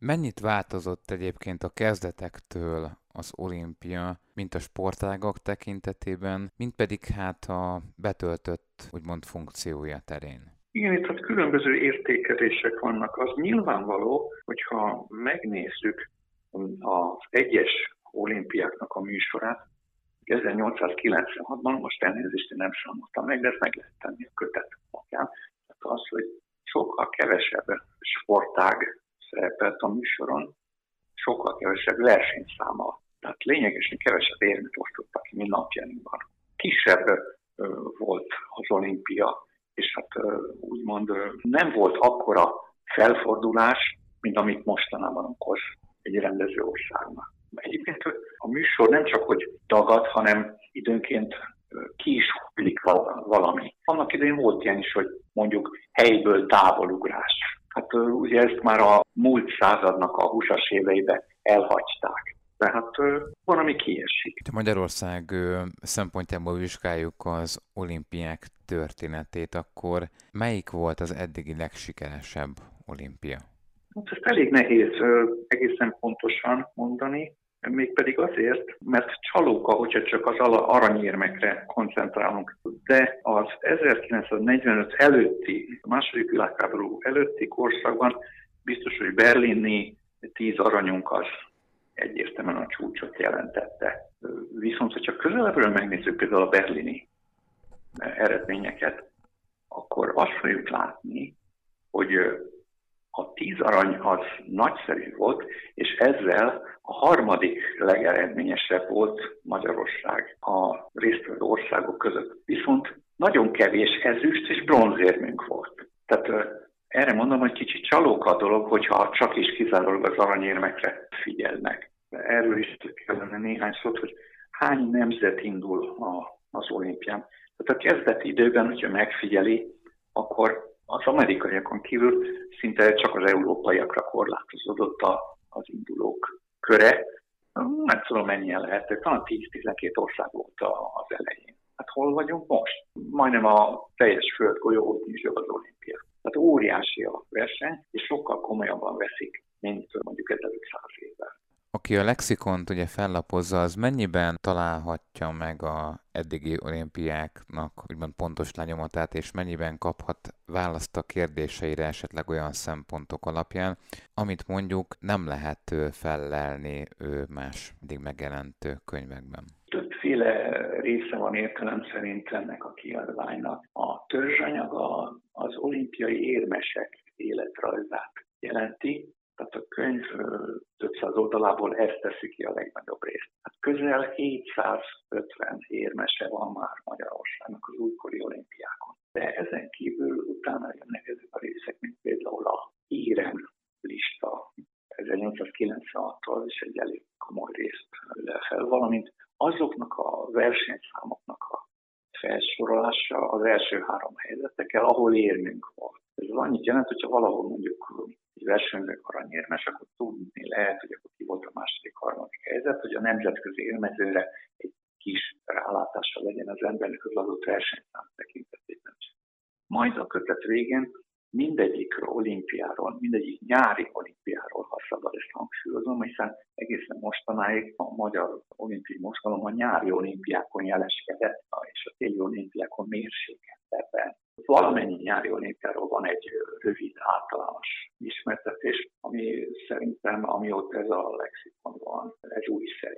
Mennyit változott egyébként a kezdetektől az olimpia, mint a sportágak tekintetében, mint pedig hát a betöltött, úgymond funkciója terén? Igen, itt hát különböző értékelések vannak. Az nyilvánvaló, hogyha megnézzük az egyes olimpiáknak a műsorát, 1896-ban, most elnézést én nem számoltam meg, de ezt meg lehet tenni a kötet alapján. Tehát az, hogy sokkal kevesebb sportág szerepelt a műsoron, sokkal kevesebb versenyszámmal. Tehát lényegesen kevesebb érmet osztottak ki, mint napjainkban. Kisebb volt az olimpia, és hát úgymond nem volt akkora felfordulás, mint amit mostanában okoz egy rendező országnak. Egyébként a műsor nem csak, hogy dagad, hanem időnként ki is hullik valami. Annak idején volt ilyen is, hogy mondjuk helyből távolugrás. Hát ugye ezt már a múlt századnak a 20-as éveiben elhagyták. Tehát van, ami kiesik. Ha Magyarország szempontjából vizsgáljuk az olimpiák történetét, akkor melyik volt az eddigi legsikeresebb olimpia? Hát ezt elég nehéz egészen pontosan mondani, mégpedig azért, mert csalóka, hogyha csak az aranyérmekre koncentrálunk. De az 1945 előtti, a második világháború előtti korszakban biztos, hogy berlini 10 aranyunk az egyértelműen a csúcsot jelentette. Viszont, hogyha közelebbről megnézzük például a berlini eredményeket, akkor azt fogjuk látni, hogy a 10 arany az nagyszerű volt, és ezzel a harmadik legeredményesebb volt Magyarország a résztvevő országok között. Viszont nagyon kevés ezüst és bronzérmünk volt. Tehát erre mondom, hogy kicsit csalóka a dolog, hogyha csak is kizárólag az aranyérmekre figyelnek. Erről is kellene néhány szót, hogy hány nemzet indul az olimpián. Tehát a kezdeti időben, hogyha megfigyeli, akkor az amerikaiakon kívül szinte csak az európaiakra korlátozódott az indulók köre. Nem tudom, mennyien lehettek, talán 10-12 ország volt az elején. Hát hol vagyunk most? Majdnem a teljes földgolyó is az olimpia. Tehát óriási a verseny, és sokkal komolyabban veszik, mint mondjuk 1500 évvel. Aki a lexikont ugye fellapozza, az mennyiben találhatja meg a eddigi olimpiáknak úgymond pontos lenyomatát, és mennyiben kaphat választ a kérdéseire esetleg olyan szempontok alapján, amit mondjuk nem lehet fellelni más eddig megjelent könyvekben? Többféle része van értelem szerint ennek a kiadványnak. A törzsanyag az olimpiai érmesek életrajzát jelenti, tehát a könyv több száz oldalából ezt teszi ki a legnagyobb részt. Hát közel 750 érmese van már Magyarországnak az újkori olimpiákon. De ezen kívül utána jönnek ezek a részek, mint például a érem lista 1896-tól, és egy elég komoly részt lel fel, valamint azoknak a versenyszámoknak a felsorolása az első 3 helyzetekkel, ahol érmünk volt. Ez annyit jelent, hogyha valahol mondjuk egy versenyzők aranyérmes, akkor tudni lehet, hogy akkor ki volt a második, harmadik helyzet, hogy a nemzetközi élmezőre egy kis rálátással legyen az embernek az adott versenyszám tekintetében. Majd a kötet végén mindegyik olimpiáról, mindegyik nyári olimpiáról, ha szabad ezt hangsúlyozom, hiszen egészen mostanáig a magyar olimpiai mozgalom a nyári olimpiákon jeleskedett, és a téli olimpiákon mérsékeltebben. Valamennyi nyári olimpiáról van egy rövid általános ismertetés, ami szerintem, amióta ez a lexikon van, ez újszerű.